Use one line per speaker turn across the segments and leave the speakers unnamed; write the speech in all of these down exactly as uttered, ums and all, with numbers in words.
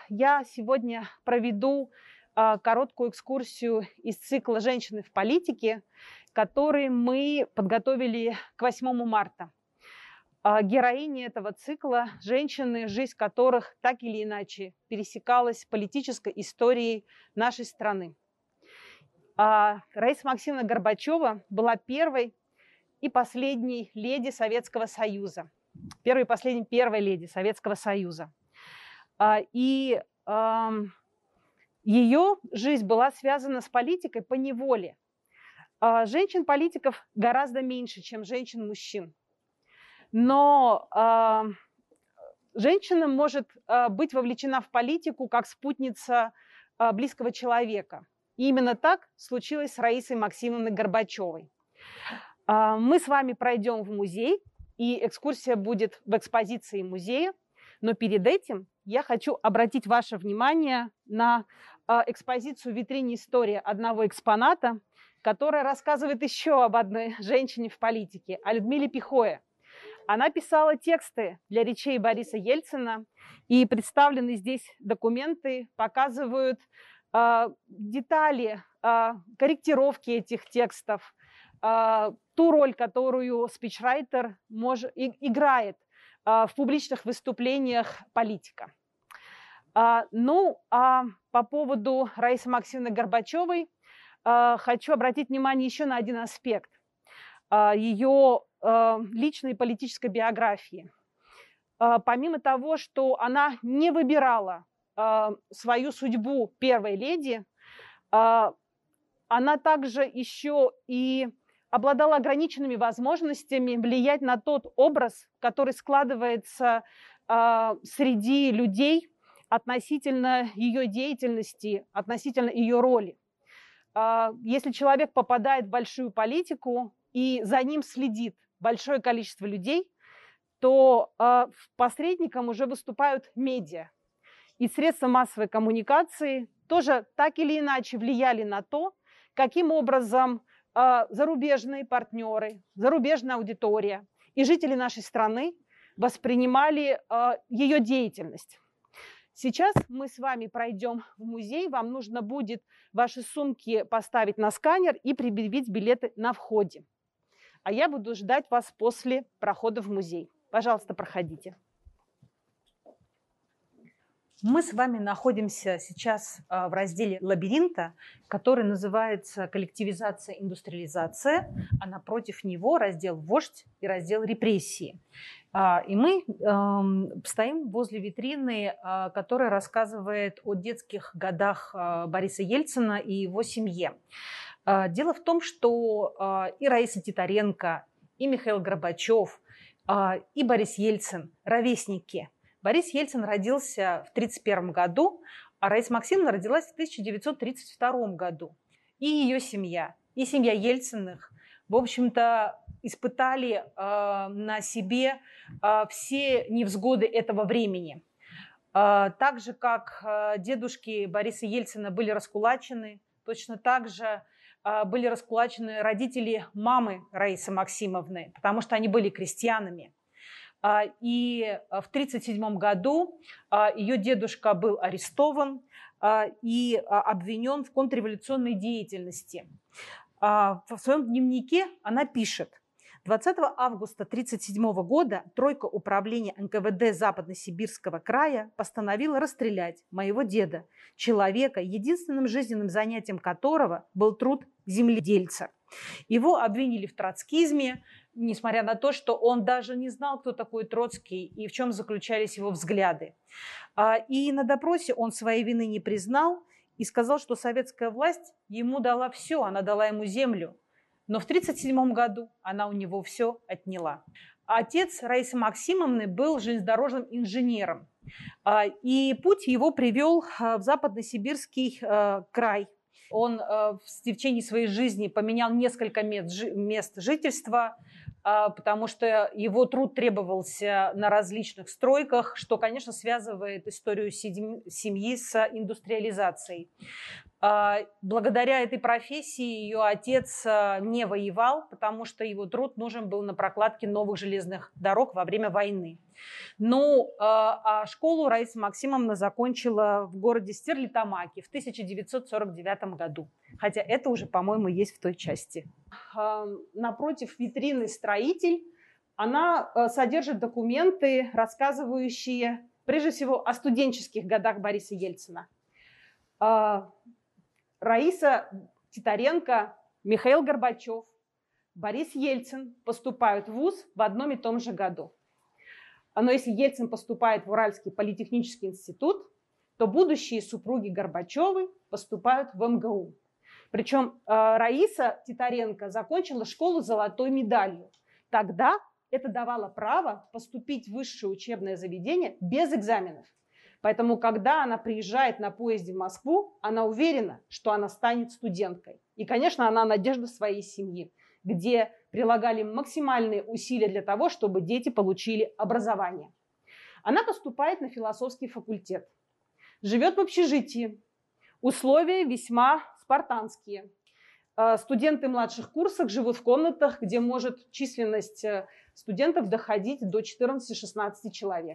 я сегодня проведу а, короткую экскурсию из цикла «Женщины в политике», который мы подготовили к восьмому марта. А, героини этого цикла – женщины, жизнь которых так или иначе пересекалась с политической историей нашей страны. А, Раиса Максимовна Горбачева была первой и последней леди Советского Союза. Первой и последней первой леди Советского Союза. И э, ее жизнь была связана с политикой по неволе. Э, женщин-политиков гораздо меньше, чем женщин-мужчин. Но э, женщина может э, быть вовлечена в политику как спутница э, близкого человека. И именно так случилось с Раисой Максимовной Горбачевой. Э, мы с вами пройдем в музей, и экскурсия будет в экспозиции музея. Но перед этим я хочу обратить ваше внимание на экспозицию в витрине «История» одного экспоната, которая рассказывает еще об одной женщине в политике, о Людмиле Пихое. Она писала тексты для речей Бориса Ельцина, и представленные здесь документы показывают э, детали э, корректировки этих текстов, э, ту роль, которую спичрайтер может, и, играет в публичных выступлениях политика. Ну, а по поводу Раисы Максимовны Горбачевой хочу обратить внимание еще на один аспект ее личной политической биографии. Помимо того, что она не выбирала свою судьбу первой леди, она также еще и обладала ограниченными возможностями влиять на тот образ, который складывается э, среди людей относительно ее деятельности, относительно ее роли. Э, если человек попадает в большую политику и за ним следит большое количество людей, то э, посредником уже выступают медиа. И средства массовой коммуникации тоже так или иначе влияли на то, каким образом зарубежные партнеры, зарубежная аудитория и жители нашей страны воспринимали ее деятельность. Сейчас мы с вами пройдем в музей. Вам нужно будет ваши сумки поставить на сканер и предъявить билеты на входе. А я буду ждать вас после прохода в музей. Пожалуйста, проходите. Мы с вами находимся сейчас в разделе лабиринта, который называется «Коллективизация, индустриализация», а напротив него раздел «Вождь» и раздел «Репрессии». И мы стоим возле витрины, которая рассказывает о детских годах Бориса Ельцина и его семье. Дело в том, что и Раиса Титаренко, и Михаил Горбачев, и Борис Ельцин – ровесники. Борис Ельцин родился в тысяча девятьсот тридцать первом году, а Раиса Максимовна родилась в тысяча девятьсот тридцать втором году. И ее семья, и семья Ельциных, в общем-то, испытали э, на себе э, все невзгоды этого времени. Э, так же, как э, дедушки Бориса Ельцина были раскулачены, точно так же э, были раскулачены родители мамы Раисы Максимовны, потому что они были крестьянами. И в тысяча девятьсот тридцать седьмом году ее дедушка был арестован и обвинен в контрреволюционной деятельности. В своем дневнике она пишет: двадцатого августа тысяча девятьсот тридцать седьмого года тройка управления эн ка вэ дэ Западно-Сибирского края постановила расстрелять моего деда, человека, единственным жизненным занятием которого был труд земледельца. Его обвинили в троцкизме, несмотря на то, что он даже не знал, кто такой Троцкий и в чем заключались его взгляды. И на допросе он своей вины не признал и сказал, что советская власть ему дала все, она дала ему землю. Но в тысяча девятьсот тридцать седьмом году она у него все отняла. Отец Раисы Максимовны был железнодорожным инженером, и путь его привел в Западно-Сибирский край. Он в течение своей жизни поменял несколько мест жительства, потому что его труд требовался на различных стройках, что, конечно, связывает историю семьи с индустриализацией. Благодаря этой профессии ее отец не воевал, потому что его труд нужен был на прокладке новых железных дорог во время войны. Ну, а школу Раиса Максимовна закончила в городе Стерлитамаке в тысяча девятьсот сорок девятом году. Хотя это уже, по-моему, есть в той части. Напротив витрины «Строитель» она содержит документы, рассказывающие, прежде всего, о студенческих годах Бориса Ельцина. Раиса Титаренко, Михаил Горбачев, Борис Ельцин поступают в вуз в одном и том же году. Но если Ельцин поступает в Уральский политехнический институт, то будущие супруги Горбачевы поступают в эм гэ у. Причем Раиса Титаренко закончила школу с золотой медалью. Тогда это давало право поступить в высшее учебное заведение без экзаменов. Поэтому, когда она приезжает на поезде в Москву, она уверена, что она станет студенткой. И, конечно, она надежда своей семьи, где прилагали максимальные усилия для того, чтобы дети получили образование. Она поступает на философский факультет, живет в общежитии. Условия весьма спартанские. Студенты младших курсов живут в комнатах, где может численность студентов доходить до четырнадцати-шестнадцати человек.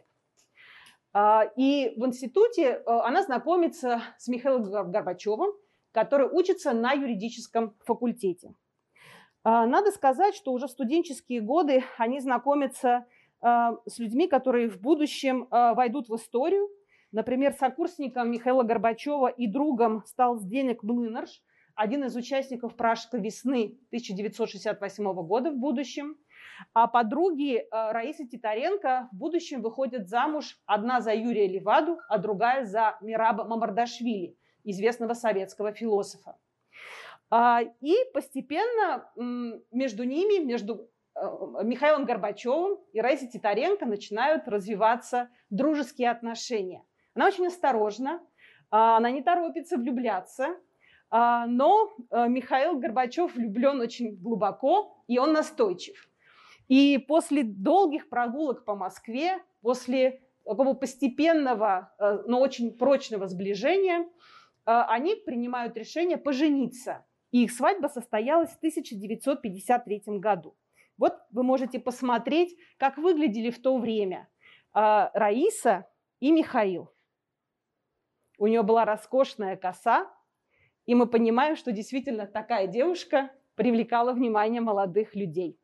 И в институте она знакомится с Михаилом Горбачевым, который учится на юридическом факультете. Надо сказать, что уже в студенческие годы они знакомятся с людьми, которые в будущем войдут в историю. Например, сокурсником Михаила Горбачева и другом стал Зdeněk Mlynář, один из участников Пражской весны тысяча девятьсот шестьдесят восьмого года в будущем. А подруги Раисы Титаренко в будущем выходят замуж, одна за Юрия Леваду, а другая за Мираба Мамардашвили, известного советского философа. И постепенно между ними, между Михаилом Горбачевым и Раисой Титаренко начинают развиваться дружеские отношения. Она очень осторожна, она не торопится влюбляться, но Михаил Горбачев влюблен очень глубоко, и он настойчив. И после долгих прогулок по Москве, после такого постепенного, но очень прочного сближения, они принимают решение пожениться. И их свадьба состоялась в тысяча девятьсот пятьдесят третьем году. Вот вы можете посмотреть, как выглядели в то время Раиса и Михаил. У нее была роскошная коса, и мы понимаем, что действительно такая девушка привлекала внимание молодых людей.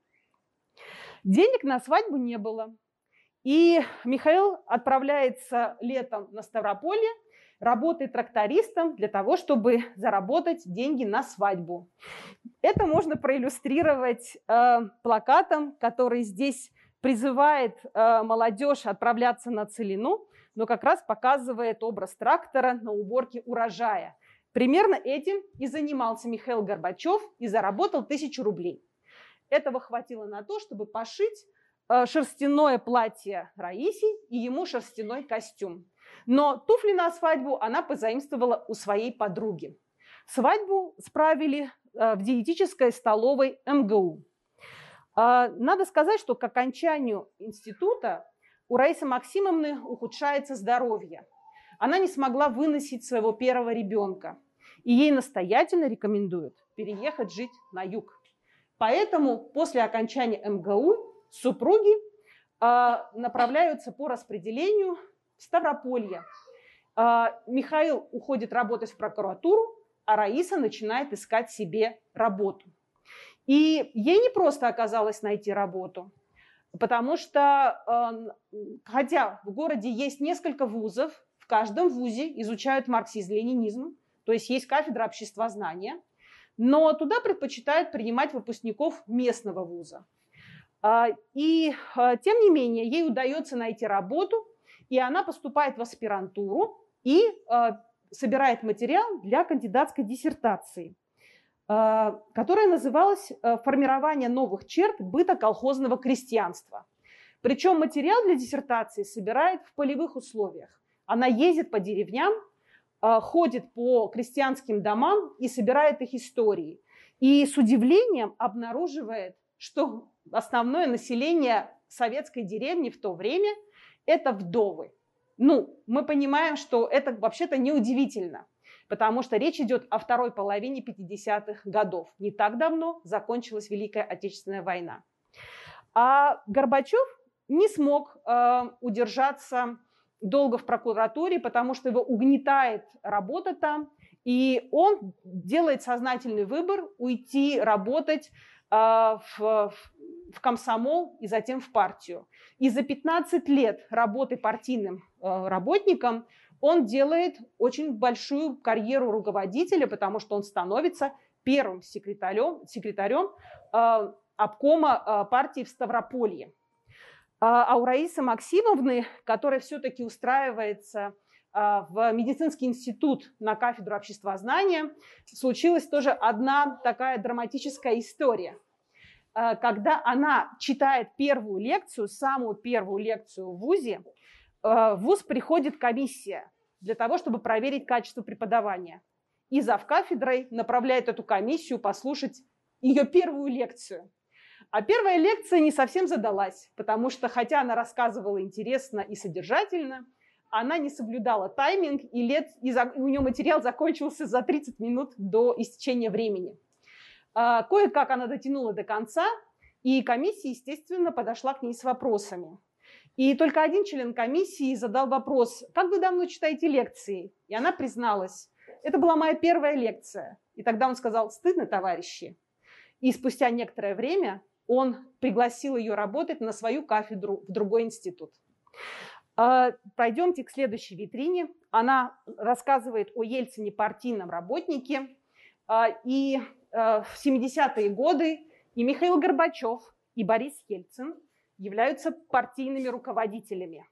Денег на свадьбу не было. И Михаил отправляется летом на Ставрополье, работает трактористом для того, чтобы заработать деньги на свадьбу. Это можно проиллюстрировать э, плакатом, который здесь призывает э, молодежь отправляться на целину, но как раз показывает образ трактора на уборке урожая. Примерно этим и занимался Михаил Горбачев и заработал тысячу рублей. Этого хватило на то, чтобы пошить э, шерстяное платье Раисе и ему шерстяной костюм. Но туфли на свадьбу она позаимствовала у своей подруги. Свадьбу справили в диетической столовой эм гэ у. Надо сказать, что к окончанию института у Раисы Максимовны ухудшается здоровье. Она не смогла выносить своего первого ребенка. И ей настоятельно рекомендуют переехать жить на юг. Поэтому после окончания эм гэ у супруги направляются по распределению в Ставрополье. Михаил уходит работать в прокуратуру, а Раиса начинает искать себе работу. И ей не просто оказалось найти работу, потому что, хотя в городе есть несколько вузов, в каждом вузе изучают марксизм-ленинизм, то есть есть кафедра обществознания, но туда предпочитают принимать выпускников местного вуза. И, тем не менее, ей удается найти работу, и она поступает в аспирантуру и э, собирает материал для кандидатской диссертации, э, которая называлась «Формирование новых черт быта колхозного крестьянства». Причем материал для диссертации собирает в полевых условиях. Она ездит по деревням, э, ходит по крестьянским домам и собирает их истории. И с удивлением обнаруживает, что основное население советской деревни в то время – это вдовы. Ну, мы понимаем, что это вообще-то неудивительно, потому что речь идет о второй половине пятидесятых годов. Не так давно закончилась Великая Отечественная война. А Горбачев не смог удержаться долго в прокуратуре, потому что его угнетает работа там, и он делает сознательный выбор уйти работать в, в комсомол и затем в партию. И за пятнадцать лет работы партийным работником он делает очень большую карьеру руководителя, потому что он становится первым секретарем, секретарем э, обкома э, партии в Ставрополье. А, а у Раисы Максимовны, которая все-таки устраивается э, в медицинский институт на кафедру обществознания, случилась тоже одна такая драматическая история. Э, когда она читает первую лекцию, самую первую лекцию в ВУЗе, в ВУЗ приходит комиссия для того, чтобы проверить качество преподавания. И завкафедрой направляет эту комиссию послушать ее первую лекцию. А первая лекция не совсем задалась, потому что, хотя она рассказывала интересно и содержательно, она не соблюдала тайминг, и, лет, и, за, и у нее материал закончился за тридцать минут до истечения времени. А, кое-как она дотянула до конца, и комиссия, естественно, подошла к ней с вопросами. И только один член комиссии задал вопрос: «Как вы давно читаете лекции?» И она призналась: «Это была моя первая лекция». И тогда он сказал: «Стыдно, товарищи». И спустя некоторое время он пригласил ее работать на свою кафедру в другой институт. Пройдемте к следующей витрине. Она рассказывает о Ельцине, партийном работнике. И в семидесятые годы и Михаил Горбачев, и Борис Ельцин являются партийными руководителями.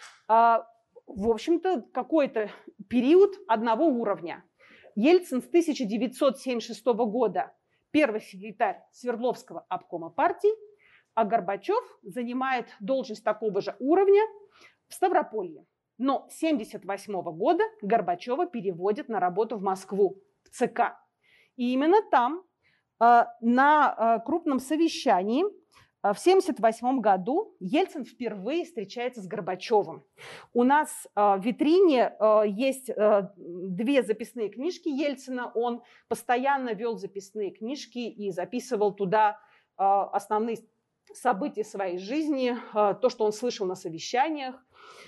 В общем-то, какой-то период одного уровня. Ельцин с тысяча девятьсот семьдесят шестого года первый секретарь Свердловского обкома партии, а Горбачев занимает должность такого же уровня в Ставрополье. Но с тысяча девятьсот семьдесят восьмого года Горбачева переводят на работу в Москву, в ЦК. И именно там, на крупном совещании, в тысяча девятьсот семьдесят восьмом году Ельцин впервые встречается с Горбачевым. У нас в витрине есть две записные книжки Ельцина. Он постоянно вел записные книжки и записывал туда основные события своей жизни, то, что он слышал на совещаниях.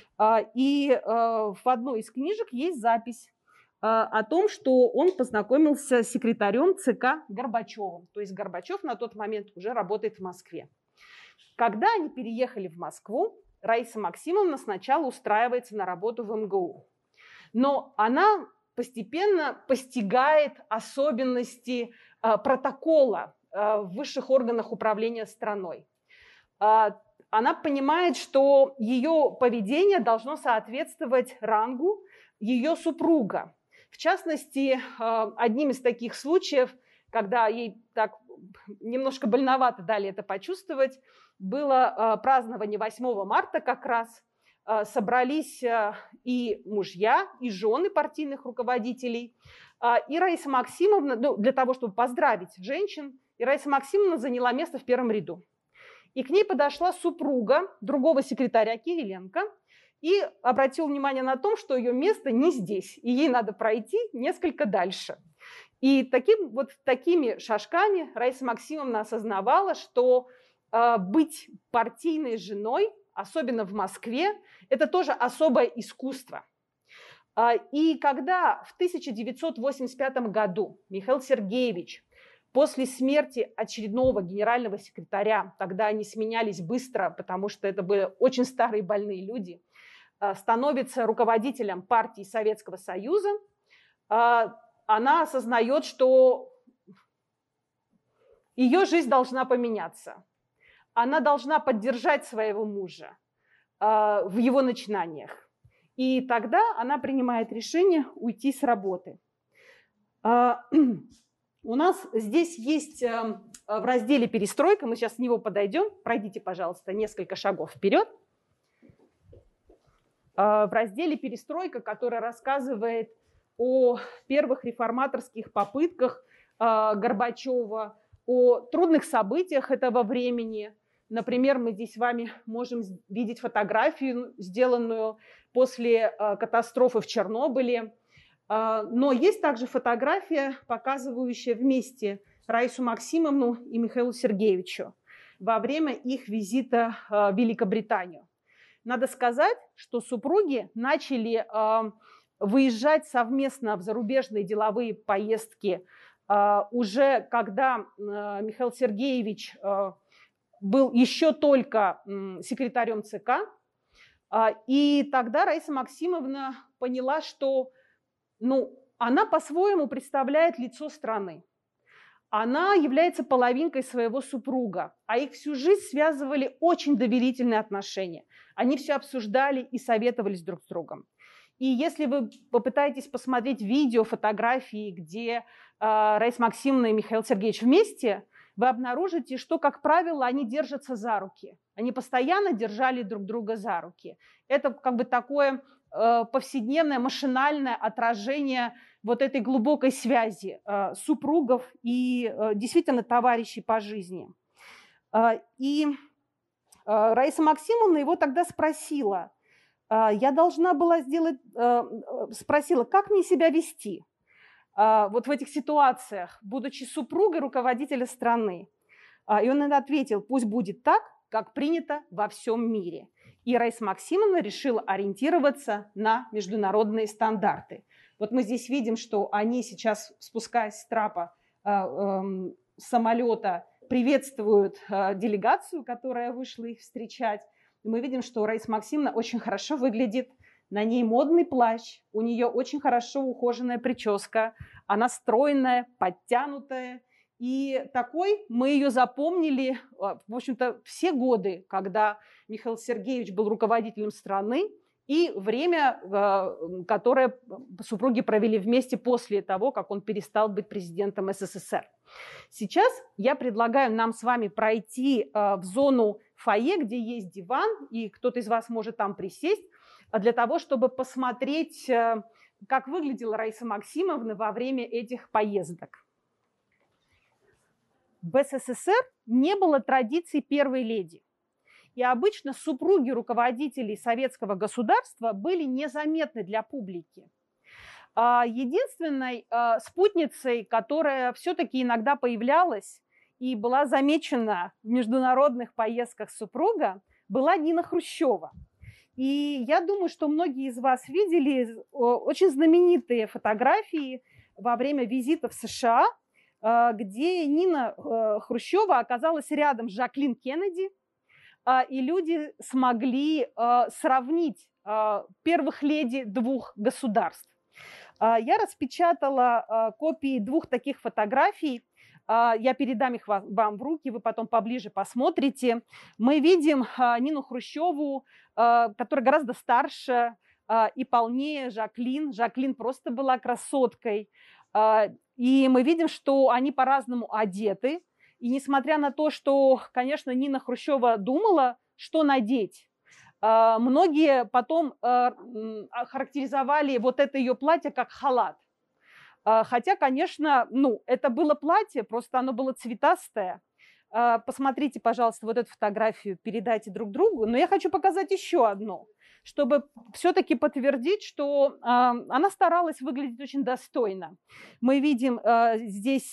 И в одной из книжек есть запись о том, что он познакомился с секретарем ЦК Горбачевым. То есть Горбачев на тот момент уже работает в Москве. Когда они переехали в Москву, Раиса Максимовна сначала устраивается на работу в эм гэ у. Но она постепенно постигает особенности э, протокола э, в высших органах управления страной. Э, она понимает, что ее поведение должно соответствовать рангу ее супруга. В частности, э, одним из таких случаев, когда ей так немножко больновато дали это почувствовать, было э, празднование восьмого марта как раз. Э, собрались э, и мужья, и жены партийных руководителей. Э, и Раиса Максимовна, ну, для того, чтобы поздравить женщин, и Раиса Максимовна заняла место в первом ряду. И к ней подошла супруга другого секретаря Кириленко и обратила внимание на то, что ее место не здесь, и ей надо пройти несколько дальше. И таким, вот такими шажками Раиса Максимовна осознавала, что э, быть партийной женой, особенно в Москве, это тоже особое искусство. Э, и когда в тысяча девятьсот восемьдесят пятом году Михаил Сергеевич после смерти очередного генерального секретаря, тогда они сменялись быстро, потому что это были очень старые больные люди, э, становится руководителем партии Советского Союза, э, она осознает, что ее жизнь должна поменяться. Она должна поддержать своего мужа э, в его начинаниях. И тогда она принимает решение уйти с работы. Э, у нас здесь есть э, в разделе «Перестройка», мы сейчас с него подойдем. Пройдите, пожалуйста, несколько шагов вперед. Э, в разделе «Перестройка», который рассказывает о первых реформаторских попытках э, Горбачева, о трудных событиях этого времени. Например, мы здесь с вами можем видеть фотографию, сделанную после э, катастрофы в Чернобыле. Э, но есть также фотография, показывающая вместе Раису Максимовну и Михаила Сергеевича. во время их визита в Великобританию. Надо сказать, что супруги начали выезжать совместно в зарубежные деловые поездки уже когда Михаил Сергеевич был еще только секретарем ЦК. И тогда Раиса Максимовна поняла, что ну, она по-своему представляет лицо страны. Она является половинкой своего супруга, а их всю жизнь связывали очень доверительные отношения. Они все обсуждали и советовались друг с другом. И если вы попытаетесь посмотреть видео, фотографии, где э, Раиса Максимовна и Михаил Сергеевич вместе, вы обнаружите, что, как правило, они держатся за руки. Они постоянно держали друг друга за руки. Это как бы такое э, повседневное, машинальное отражение вот этой глубокой связи э, супругов и э, действительно товарищей по жизни. Э, и э, Раиса Максимовна его тогда спросила, э, я должна была сделать, э, спросила, как мне себя вести э, вот в этих ситуациях, будучи супругой руководителя страны. Э, и он ответил, пусть будет так, как принято во всем мире. И Раиса Максимовна решила ориентироваться на международные стандарты. Вот мы здесь видим, что они сейчас, спускаясь с трапа э, э, самолета, приветствуют э, делегацию, которая вышла их встречать. И мы видим, что Раиса Максимовна очень хорошо выглядит. На ней модный плащ, у нее очень хорошо ухоженная прическа. Она стройная, подтянутая. И такой мы ее запомнили, в общем-то, все годы, когда Михаил Сергеевич был руководителем страны, и время, которое супруги провели вместе после того, как он перестал быть президентом СССР. Сейчас я предлагаю нам с вами пройти в зону фойе, где есть диван, и кто-то из вас может там присесть, для того, чтобы посмотреть, как выглядела Раиса Максимовна во время этих поездок. В СССР не было традиции первой леди. И обычно супруги руководителей советского государства были незаметны для публики. Единственной спутницей, которая все-таки иногда появлялась и была замечена в международных поездках супруга, была Нина Хрущева. И я думаю, что многие из вас видели очень знаменитые фотографии во время визита в США, где Нина Хрущева оказалась рядом с Жаклин Кеннеди, и люди смогли сравнить первых леди двух государств. Я распечатала копии двух таких фотографий. Я передам их вам в руки, вы потом поближе посмотрите. Мы видим Нину Хрущеву, которая гораздо старше и полнее Жаклин. Жаклин просто была красоткой. И мы видим, что они по-разному одеты. И несмотря на то, что, конечно, Нина Хрущева думала, что надеть, многие потом характеризовали вот это ее платье как халат. Хотя, конечно, ну, это было платье, просто оно было цветастое. Посмотрите, пожалуйста, вот эту фотографию, передайте друг другу. Но я хочу показать еще одну, чтобы все-таки подтвердить, что она старалась выглядеть очень достойно. Мы видим здесь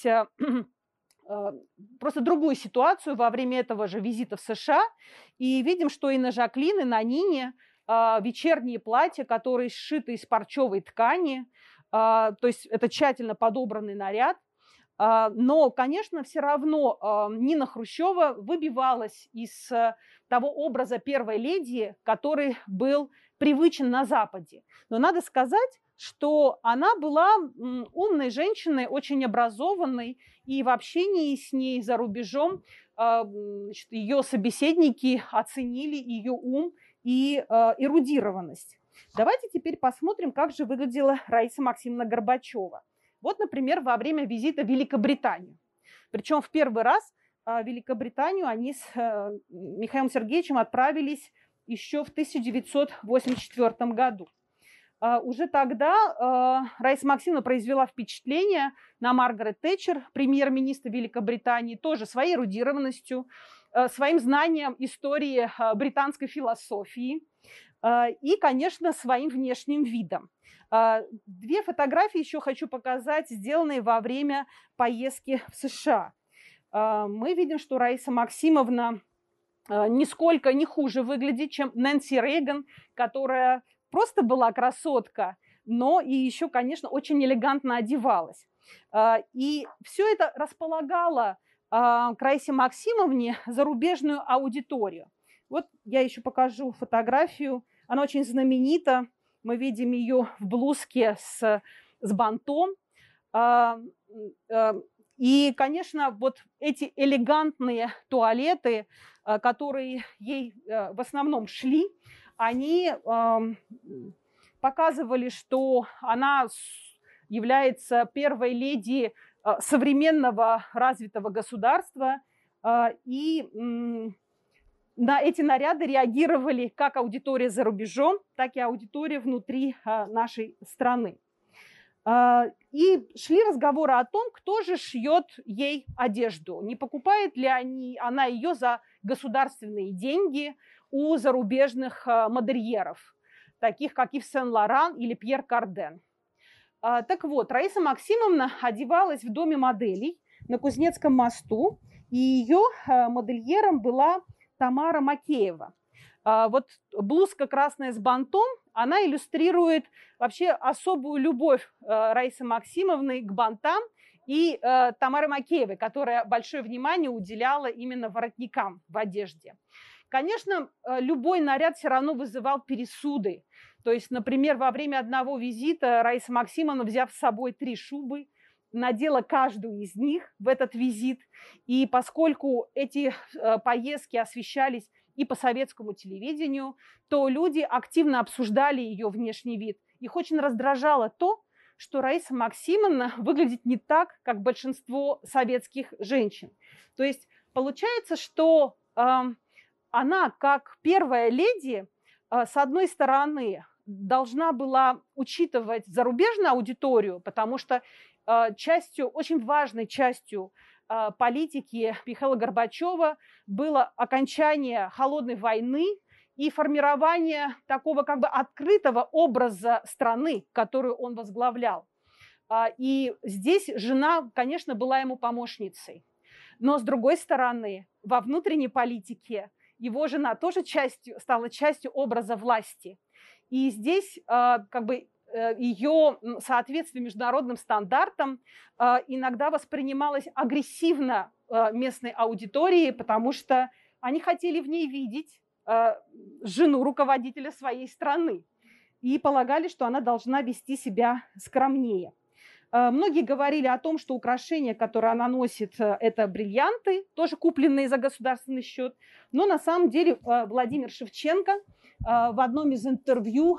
просто другую ситуацию во время этого же визита в США. И видим, что и на Жаклин, и на Нине вечерние платья, которые сшиты из парчевой ткани. То есть это тщательно подобранный наряд. Но, конечно, все равно Нина Хрущева выбивалась из того образа первой леди, который был привычен на Западе. Но надо сказать, что она была умной женщиной, очень образованной, и в общении с ней за рубежом значит, ее собеседники оценили ее ум и эрудированность. Давайте теперь посмотрим, как же выглядела Раиса Максимовна Горбачева. Вот, например, во время визита в Великобританию. Причем в первый раз в Великобританию они с Михаилом Сергеевичем отправились еще в тысяча девятьсот восемьдесят четвёртом году. Уже тогда Раиса Максимовна произвела впечатление на Маргарет Тэтчер, премьер-министра Великобритании, тоже своей эрудированностью, своим знанием истории британской философии и, конечно, своим внешним видом. Две фотографии еще хочу показать, сделанные во время поездки в США. мы видим, что Раиса Максимовна нисколько не хуже выглядит, чем Нэнси Рейган, которая просто была красотка, но и еще, конечно, очень элегантно одевалась. И все это располагало к Раисе Максимовне зарубежную аудиторию. Вот я еще покажу фотографию. Она очень знаменита. Мы видим ее в блузке с, с бантом. И, конечно, вот эти элегантные туалеты, которые ей в основном шли, они показывали, что она является первой леди современного развитого государства. И на эти наряды реагировали как аудитория за рубежом, так и аудитория внутри нашей страны. И шли разговоры о том, кто же шьет ей одежду. Не покупает ли они, она ее за государственные деньги у зарубежных модельеров, таких как Ив Сен-Лоран или Пьер Карден. Так вот, Раиса Максимовна одевалась в доме моделей на Кузнецком мосту, и ее модельером была Тамара Макеева. Вот блузка красная с бантом, она иллюстрирует вообще особую любовь Раисы Максимовны к бантам и Тамары Макеевой, которая большое внимание уделяла именно воротникам в одежде. Конечно, любой наряд все равно вызывал пересуды. То есть, например, во время одного визита Раиса Максимовна, взяв с собой три шубы, надела каждую из них в этот визит. И поскольку эти поездки освещались и по советскому телевидению, то люди активно обсуждали ее внешний вид. Их очень раздражало то, что Раиса Максимовна выглядит не так, как большинство советских женщин. То есть получается, что э, она, как первая леди, э, с одной стороны, должна была учитывать зарубежную аудиторию, потому что э, частью, очень важной частью э, политики Михаила Горбачева было окончание холодной войны и формирование такого как бы открытого образа страны, которую он возглавлял. И здесь жена, конечно, была ему помощницей. Но, с другой стороны, во внутренней политике его жена тоже частью, стала частью образа власти. И здесь как бы ее соответствие международным стандартам иногда воспринималось агрессивно местной аудиторией, потому что они хотели в ней видеть жену руководителя своей страны и полагали, что она должна вести себя скромнее. Многие говорили о том, что украшения, которые она носит, это бриллианты, тоже купленные за государственный счет. Но на самом деле Владимир Шевченко в одном из интервью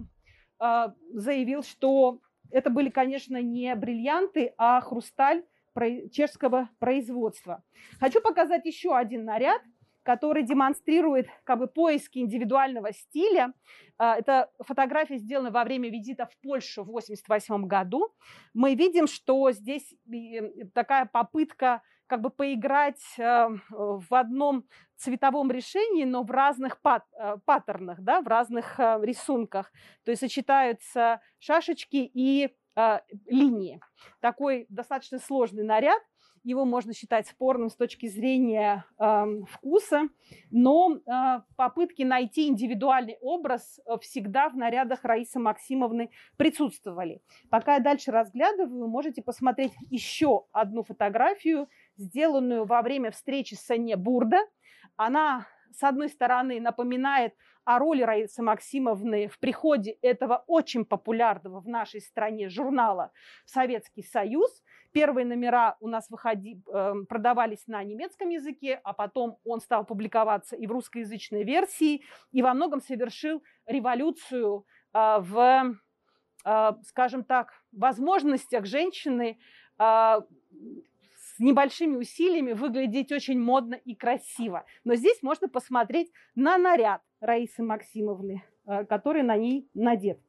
заявил, что это были, конечно, не бриллианты, а хрусталь чешского производства. Хочу показать еще один наряд, который демонстрирует как бы поиски индивидуального стиля. Это фотография, сделана во время визита в Польшу в тысяча девятьсот восемьдесят восьмом году. Мы видим, что здесь такая попытка как бы поиграть в одном цветовом решении, но в разных пат паттернах, да, в разных рисунках. То есть сочетаются шашечки и линии. Такой достаточно сложный наряд. Его можно считать спорным с точки зрения э, вкуса, но э, попытки найти индивидуальный образ всегда в нарядах Раисы Максимовны присутствовали. Пока я дальше разглядываю, можете посмотреть еще одну фотографию, сделанную во время встречи с Сене Бурда. Она, с одной стороны, напоминает о роли Раисы Максимовны в приходе этого очень популярного в нашей стране журнала в Советский Союз. Первые номера у нас выходи, продавались на немецком языке, а потом он стал публиковаться и в русскоязычной версии, и во многом совершил революцию в, скажем так, возможностях женщины с небольшими усилиями выглядеть очень модно и красиво. Но здесь можно посмотреть на наряд Раисы Максимовны, который на ней надет.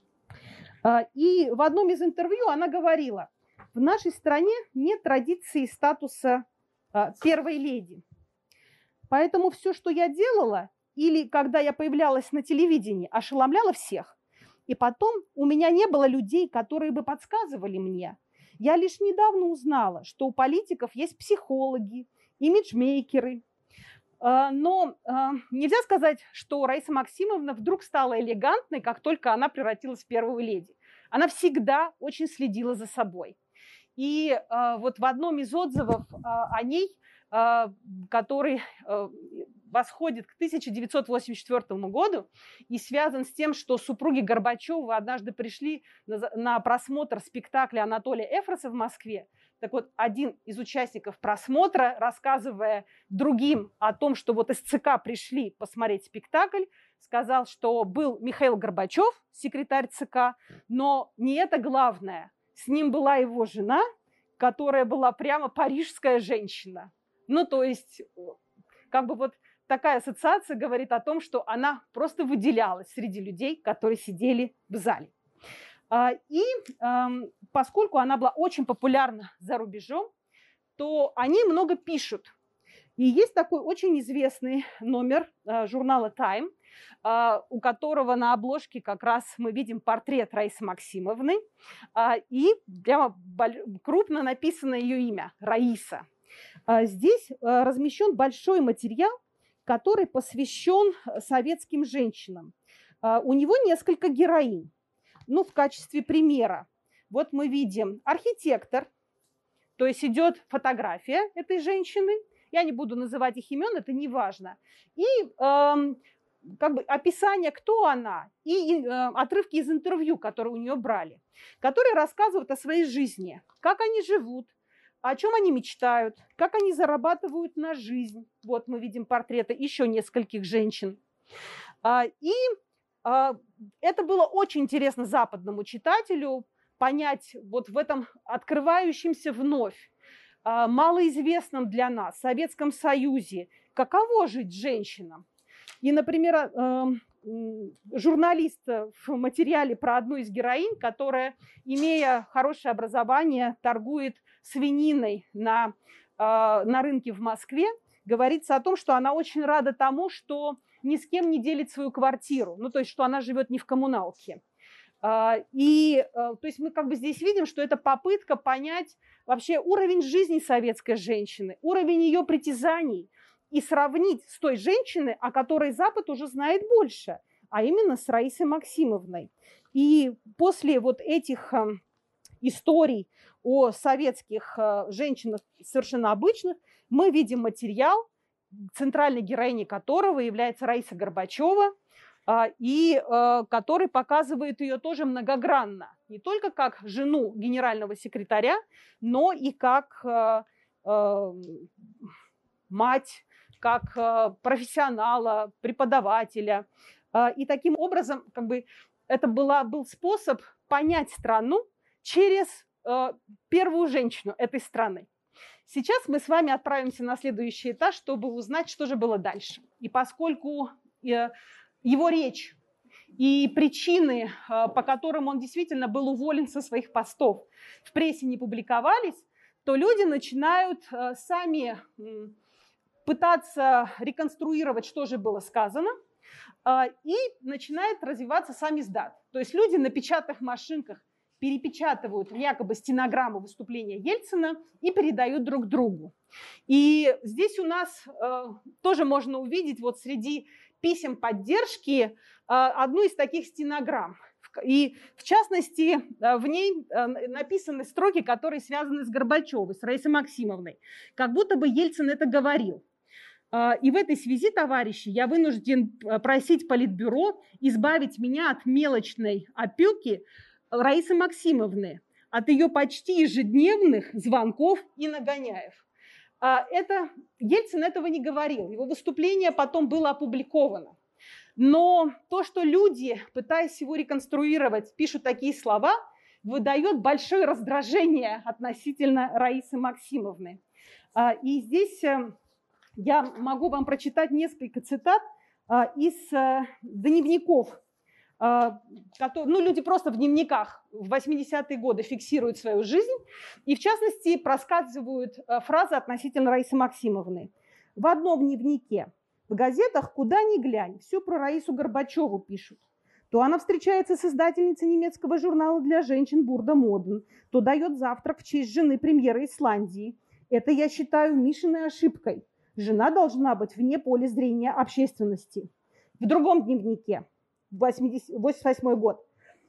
И в одном из интервью она говорила: в нашей стране нет традиции статуса первой леди. Поэтому все, что я делала, или когда я появлялась на телевидении, ошеломляла всех. И потом у меня не было людей, которые бы подсказывали мне. Я лишь недавно узнала, что у политиков есть психологи, имиджмейкеры. Но нельзя сказать, что Раиса Максимовна вдруг стала элегантной, как только она превратилась в первую леди. Она всегда очень следила за собой. И вот в одном из отзывов о ней, который восходит к тысяча девятьсот восемьдесят четвёртому году и связан с тем, что супруги Горбачёвы однажды пришли на просмотр спектакля Анатолия Эфроса в Москве. Так вот, один из участников просмотра, рассказывая другим о том, что вот из ЦК пришли посмотреть спектакль, сказал, что был Михаил Горбачев, секретарь ЦК, но не это главное. С ним была его жена, которая была прямо парижская женщина. Ну, то есть, как бы вот такая ассоциация говорит о том, что она просто выделялась среди людей, которые сидели в зале. И поскольку она была очень популярна за рубежом, то они много пишут. И есть такой очень известный номер журнала Time, у которого на обложке как раз мы видим портрет Раисы Максимовны, и прямо крупно написано ее имя – Раиса. Здесь размещен большой материал, который посвящен советским женщинам. У него несколько героинь. Ну, в качестве примера. Вот мы видим архитектор, то есть идет фотография этой женщины. Я не буду называть их имен, это не важно. И э, как бы описание, кто она, и э, отрывки из интервью, которые у нее брали, которые рассказывают о своей жизни, как они живут, о чем они мечтают, как они зарабатывают на жизнь. Вот мы видим портреты еще нескольких женщин. И это было очень интересно западному читателю понять вот в этом открывающемся вновь, малоизвестном для нас Советском Союзе, каково жить женщинам. И, например, журналист в материале про одну из героинь, которая, имея хорошее образование, торгует свининой на, на рынке в Москве, говорится о том, что она очень рада тому, что ни с кем не делит свою квартиру, ну, то есть, что она живет не в коммуналке. И, то есть, мы как бы здесь видим, что это попытка понять вообще уровень жизни советской женщины, уровень ее притязаний, и сравнить с той женщиной, о которой Запад уже знает больше, а именно с Раисой Максимовной. И после вот этих историй о советских женщинах совершенно обычных мы видим материал, центральной героиней которого является Раиса Горбачева, и который показывает ее тоже многогранно, не только как жену генерального секретаря, но и как мать, как профессионала, преподавателя. И таким образом как бы, это была, был способ понять страну через первую женщину этой страны. Сейчас мы с вами отправимся на следующий этаж, чтобы узнать, что же было дальше. И поскольку его речь и причины, по которым он действительно был уволен со своих постов, в прессе не публиковались, то люди начинают сами пытаться реконструировать, что же было сказано, и начинает развиваться сам издат. То есть люди на печатных машинках перепечатывают якобы стенограмму выступления Ельцина и передают друг другу. И здесь у нас тоже можно увидеть вот среди писем поддержки одну из таких стенограмм. И, в частности, в ней написаны строки, которые связаны с Горбачевой, с Раисой Максимовной. Как будто бы Ельцин это говорил. И в этой связи, товарищи, я вынужден просить Политбюро избавить меня от мелочной опеки Раисы Максимовны, от ее почти ежедневных звонков и нагоняев. Это, Ельцин этого не говорил, его выступление потом было опубликовано. Но то, что люди, пытаясь его реконструировать, пишут такие слова, выдает большое раздражение относительно Раисы Максимовны. И здесь я могу вам прочитать несколько цитат из дневников. Ну, люди просто в дневниках в восьмидесятые годы фиксируют свою жизнь и, в частности, проскальзывают фразы относительно Раисы Максимовны. В одном дневнике: в газетах куда ни глянь, все про Раису Горбачеву пишут.
То она встречается с издательницей немецкого журнала для женщин Бурда Моден, то дает завтрак в честь жены премьера Исландии. Это я считаю Мишиной ошибкой. Жена должна быть вне поля зрения общественности. В другом дневнике, восемьдесят восьмой год,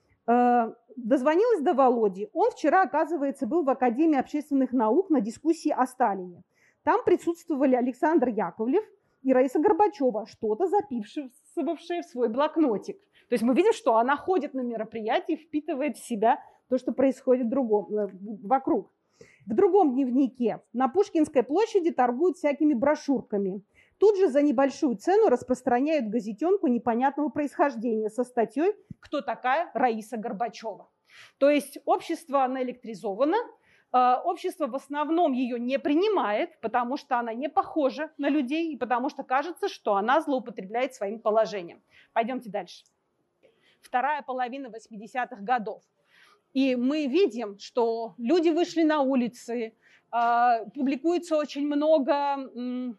э, дозвонилась до Володи. Он вчера, оказывается, был в Академии общественных наук на дискуссии о Сталине. Там присутствовали Александр Яковлев и Раиса Горбачева, что-то записывавшие в свой блокнотик. То есть мы видим, что она ходит на мероприятия, впитывает в себя то, что происходит другом, вокруг. В другом дневнике на Пушкинской площади торгуют всякими брошюрками. Тут же за небольшую цену распространяют газетенку непонятного происхождения со статьей «Кто такая Раиса Горбачева?». То есть общество наэлектризовано, общество в основном ее не принимает, потому что она не похожа на людей и потому что кажется, что она злоупотребляет своим положением. Пойдемте дальше. Вторая половина восьмидесятых годов. И мы видим, что люди вышли на улицы, публикуется очень много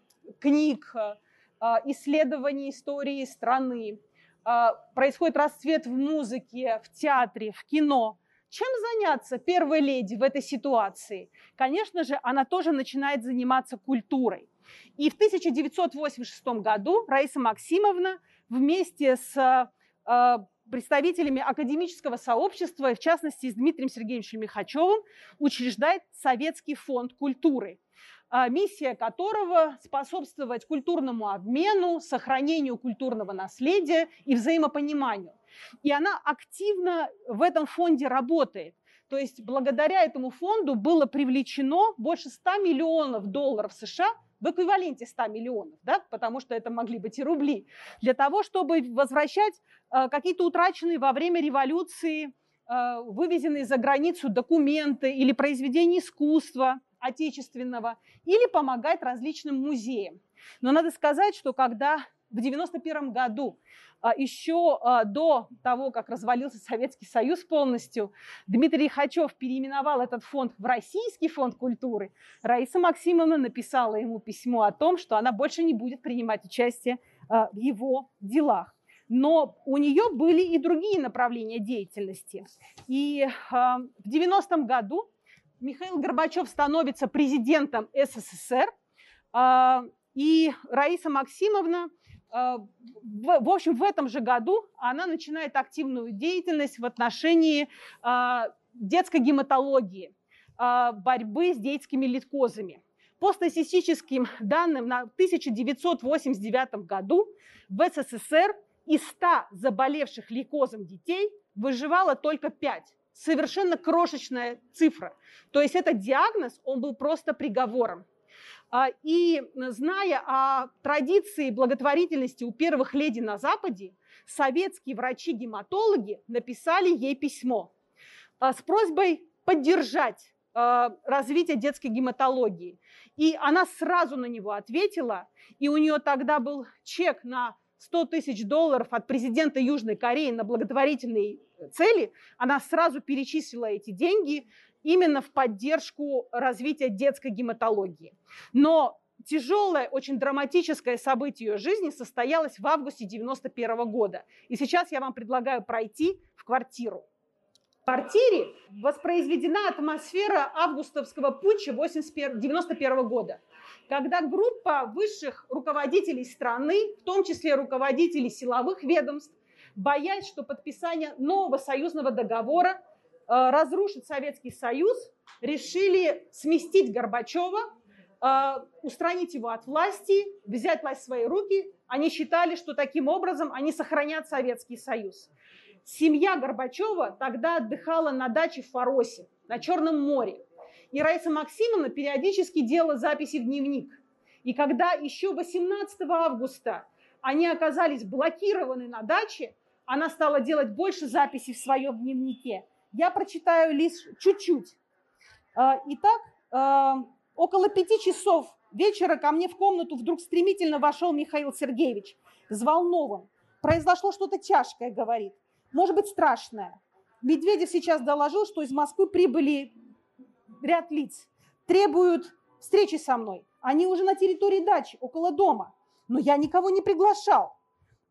книг, исследований истории страны, происходит расцвет в музыке, в театре, в кино. Чем заняться первой леди в этой ситуации? Конечно же, она тоже начинает заниматься культурой. И в тысяча девятьсот восемьдесят шестом году Раиса Максимовна вместе с представителями академического сообщества, в частности с Дмитрием Сергеевичем Лихачевым, учреждает Советский фонд культуры, миссия которого способствовать культурному обмену, сохранению культурного наследия и взаимопониманию. И она активно в этом фонде работает. То есть благодаря этому фонду было привлечено больше ста миллионов долларов США в эквиваленте ста миллионов, да, потому что это могли быть и рубли, для того, чтобы возвращать э, какие-то утраченные во время революции, э, вывезенные за границу документы или произведения искусства отечественного, или помогать различным музеям. Но надо сказать, что когда в девяносто первом году, еще до того, как развалился Советский Союз полностью, Дмитрий Лихачев переименовал этот фонд в Российский фонд культуры, Раиса Максимовна написала ему письмо о том, что она больше не будет принимать участие в его делах. Но у нее были и другие направления деятельности. И в девяностом году Михаил Горбачев становится президентом СССР, и Раиса Максимовна, в общем, в этом же году она начинает активную деятельность в отношении детской гематологии, борьбы с детскими лейкозами. По статистическим данным, на тысяча девятьсот восемьдесят девятом году в СССР из ста заболевших лейкозом детей выживало только пять. Совершенно крошечная цифра. То есть этот диагноз, он был просто приговором. И зная о традиции благотворительности у первых леди на Западе, советские врачи-гематологи написали ей письмо с просьбой поддержать развитие детской гематологии. И она сразу на него ответила, и у нее тогда был чек на сто тысяч долларов от президента Южной Кореи на благотворительные цели. Она сразу перечислила эти деньги именно в поддержку развития детской гематологии. Но тяжелое, очень драматическое событие ее жизни состоялось в августе девяносто первого года. И сейчас я вам предлагаю пройти в квартиру. В квартире воспроизведена атмосфера августовского путча девяносто первого года, когда группа высших руководителей страны, в том числе руководителей силовых ведомств, боясь, что подписание нового союзного договора разрушит Советский Союз, решили сместить Горбачева, устранить его от власти, взять власть в свои руки. Они считали, что таким образом они сохранят Советский Союз. Семья Горбачева тогда отдыхала на даче в Фаросе, на Черном море. И Раиса Максимовна периодически делала записи в дневник. И когда еще восемнадцатого августа они оказались блокированы на даче, она стала делать больше записей в своем дневнике. Я прочитаю лишь чуть-чуть. Итак, около пяти часов вечера ко мне в комнату вдруг стремительно вошел Михаил Сергеевич, взволнован. Произошло что-то тяжкое, говорит. Может быть, страшное. Медведев сейчас доложил, что из Москвы прибыли ряд лиц, требуют встречи со мной. Они уже на территории дачи, около дома. Но я никого не приглашал.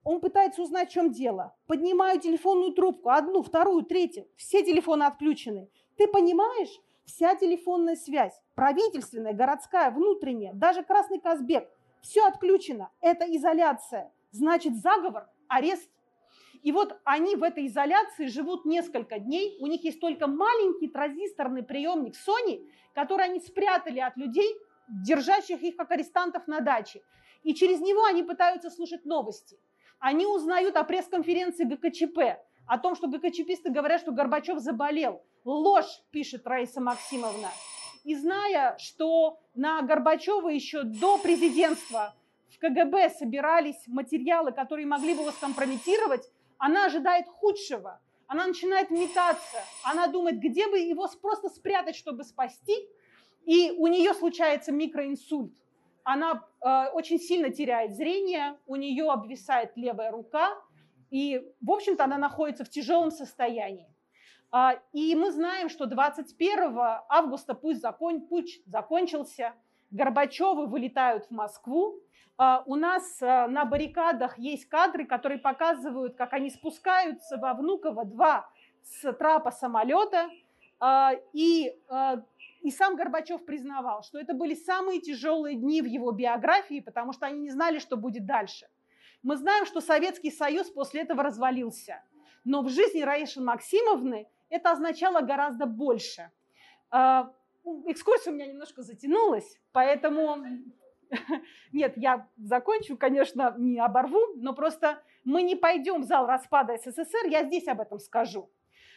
Он пытается узнать, в чем дело. Поднимаю телефонную трубку, одну, вторую, третью, все телефоны отключены. Ты понимаешь, вся телефонная связь, правительственная, городская, внутренняя, даже Красный Казбек, все отключено. Это изоляция. Значит, заговор, арест. И вот они в этой изоляции живут несколько дней. У них есть только маленький транзисторный приемник Sony, который они спрятали от людей, держащих их как арестантов на даче. И через него они пытаются слушать новости. Они узнают о пресс-конференции ГКЧП, о том, что ГКЧПисты говорят, что Горбачев заболел. Ложь, пишет Раиса Максимовна. И зная, что на Горбачева еще до президентства в КГБ собирались материалы, которые могли бы его скомпрометировать, она ожидает худшего. Она начинает метаться. Она думает, где бы его просто спрятать, чтобы спасти. И у нее случается микроинсульт. Она э, очень сильно теряет зрение, у нее обвисает левая рука. И, в общем-то, она находится в тяжелом состоянии. А, и мы знаем, что двадцать первого августа пусть закон, путь закончился. Горбачевы вылетают в Москву. Uh, у нас uh, на баррикадах есть кадры, которые показывают, как они спускаются во Внуково два с трапа самолета. Uh, и, uh, и сам Горбачев признавал, что это были самые тяжелые дни в его биографии, потому что они не знали, что будет дальше. Мы знаем, что Советский Союз после этого развалился. Но в жизни Раисы Максимовны это означало гораздо больше. Uh, экскурсия у меня немножко затянулась, поэтому... Нет, я закончу, конечно, не оборву, но просто мы не пойдем в зал распада СССР, я здесь об этом скажу.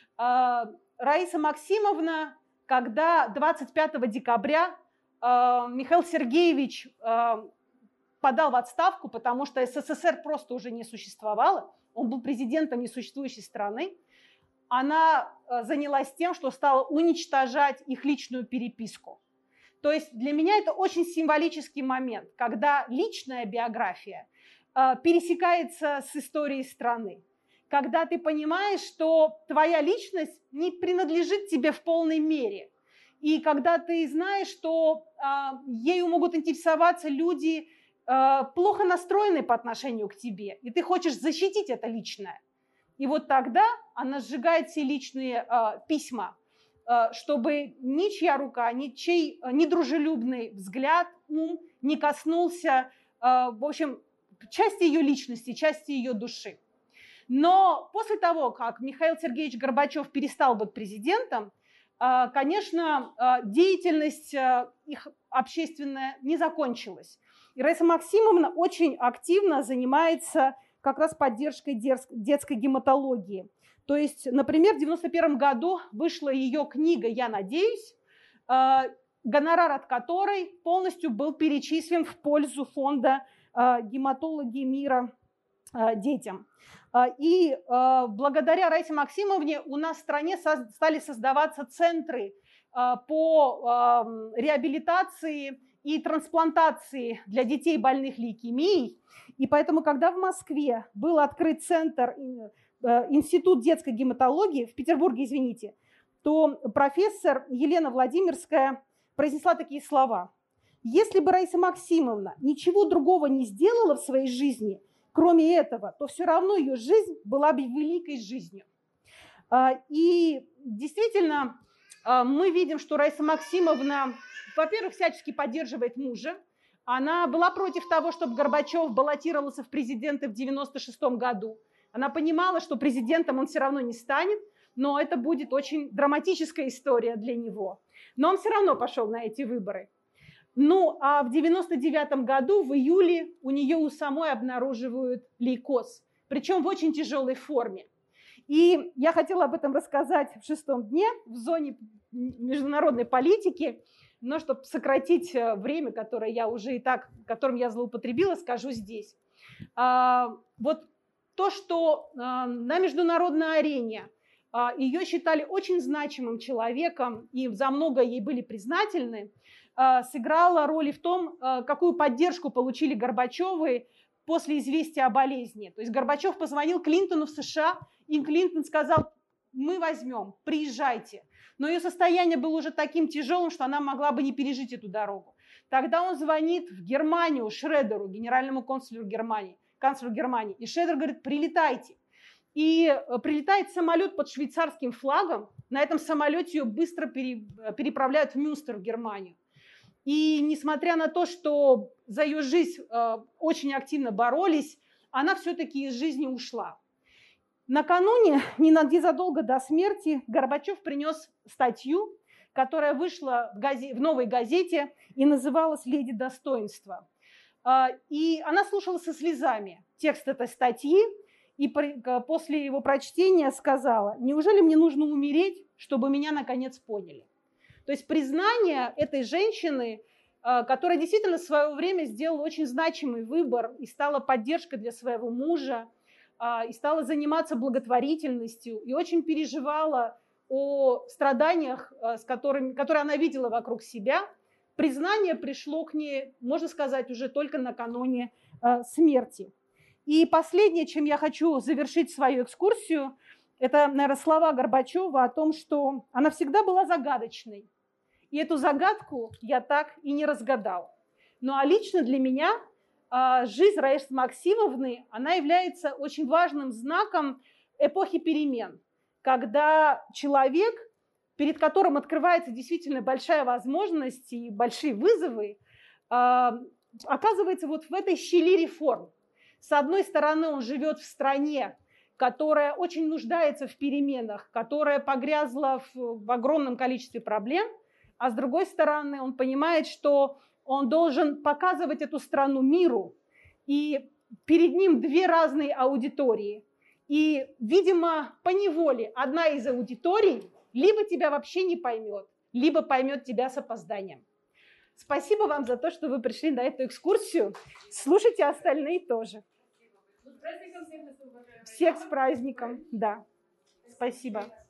Раиса Максимовна, когда двадцать пятого декабря Михаил Сергеевич подал в отставку, потому что СССР просто уже не существовало, он был президентом несуществующей страны, она занялась тем, что стала уничтожать их личную переписку. То есть для меня это очень символический момент, когда личная биография э, пересекается с историей страны, когда ты понимаешь, что твоя личность не принадлежит тебе в полной мере, и когда ты знаешь, что э, ею могут интересоваться люди, э, плохо настроенные по отношению к тебе, и ты хочешь защитить это личное. И вот тогда она сжигает все личные э, письма, чтобы ничья рука, ничей недружелюбный взгляд, ум не коснулся, в общем, части ее личности, части ее души. Но после того, как Михаил Сергеевич Горбачев перестал быть президентом, конечно, деятельность их общественная не закончилась. И Раиса Максимовна очень активно занимается как раз поддержкой детской гематологии. То есть, например, в девяносто первом году вышла ее книга «Я надеюсь», гонорар от которой полностью был перечислен в пользу фонда «Гематологи мира детям». И благодаря Раисе Максимовне у нас в стране стали создаваться центры по реабилитации и трансплантации для детей, больных лейкемией. И поэтому, когда в Москве был открыт центр Институт детской гематологии, в Петербурге, извините, то профессор Елена Владимирская произнесла такие слова. Если бы Раиса Максимовна ничего другого не сделала в своей жизни, кроме этого, то все равно ее жизнь была бы великой жизнью. И действительно, мы видим, что Раиса Максимовна, во-первых, всячески поддерживает мужа. Она была против того, чтобы Горбачев баллотировался в президенты в девяносто шестом году. Она понимала, что президентом он все равно не станет, но это будет очень драматическая история для него. Но он все равно пошел на эти выборы. Ну, а в девяносто девятом году, в июле, у нее у самой обнаруживают лейкоз, причем в очень тяжелой форме. И я хотела об этом рассказать в шестом дне в зоне международной политики, но чтобы сократить время, которое я уже и так, которым я злоупотребила, скажу здесь. Вот то, что на международной арене ее считали очень значимым человеком и за многое ей были признательны, сыграло роль в том, какую поддержку получили Горбачевы после известия о болезни. То есть Горбачев позвонил Клинтону в США, и Клинтон сказал: мы возьмем, приезжайте. Но ее состояние было уже таким тяжелым, что она могла бы не пережить эту дорогу. Тогда он звонит в Германию Шредеру, генеральному консулу Германии.
канцлеру Германии. И Шредер говорит, прилетайте. И прилетает самолет под швейцарским флагом. На этом самолете ее быстро пере, переправляют в Мюнстер, в Германию. И несмотря на то, что за ее жизнь э, очень активно боролись, она все-таки из жизни ушла. Накануне, незадолго до смерти, Горбачев принес статью, которая вышла в, газе, в «Новой газете» и называлась «Леди достоинства». И она слушала со слезами текст этой статьи, и после его прочтения сказала, неужели мне нужно умереть, чтобы меня наконец поняли? То есть признание этой женщины, которая действительно в свое время сделала очень значимый выбор и стала поддержкой для своего мужа, и стала заниматься благотворительностью, и очень переживала о страданиях, с которыми, которые она видела вокруг себя, признание пришло к ней, можно сказать, уже только накануне э, смерти. И последнее, чем я хочу завершить свою экскурсию, это, наверное, слова Горбачева о том, что она всегда была загадочной. И эту загадку я так и не разгадала. Ну а лично для меня э, жизнь Раисы Максимовны, она является очень важным знаком эпохи перемен, когда человек, перед которым открывается действительно большая возможность и большие вызовы, оказывается вот в этой щели реформ. С одной стороны, он живет в стране, которая очень нуждается в переменах, которая погрязла в, в огромном количестве проблем, а с другой стороны, он понимает, что он должен показывать эту страну миру, и перед ним две разные аудитории. И, видимо, поневоле одна из аудиторий либо тебя вообще не поймет, либо поймет тебя с опозданием. Спасибо вам за то, что вы пришли на эту экскурсию. Слушайте остальные тоже. Всех с праздником, да. Спасибо.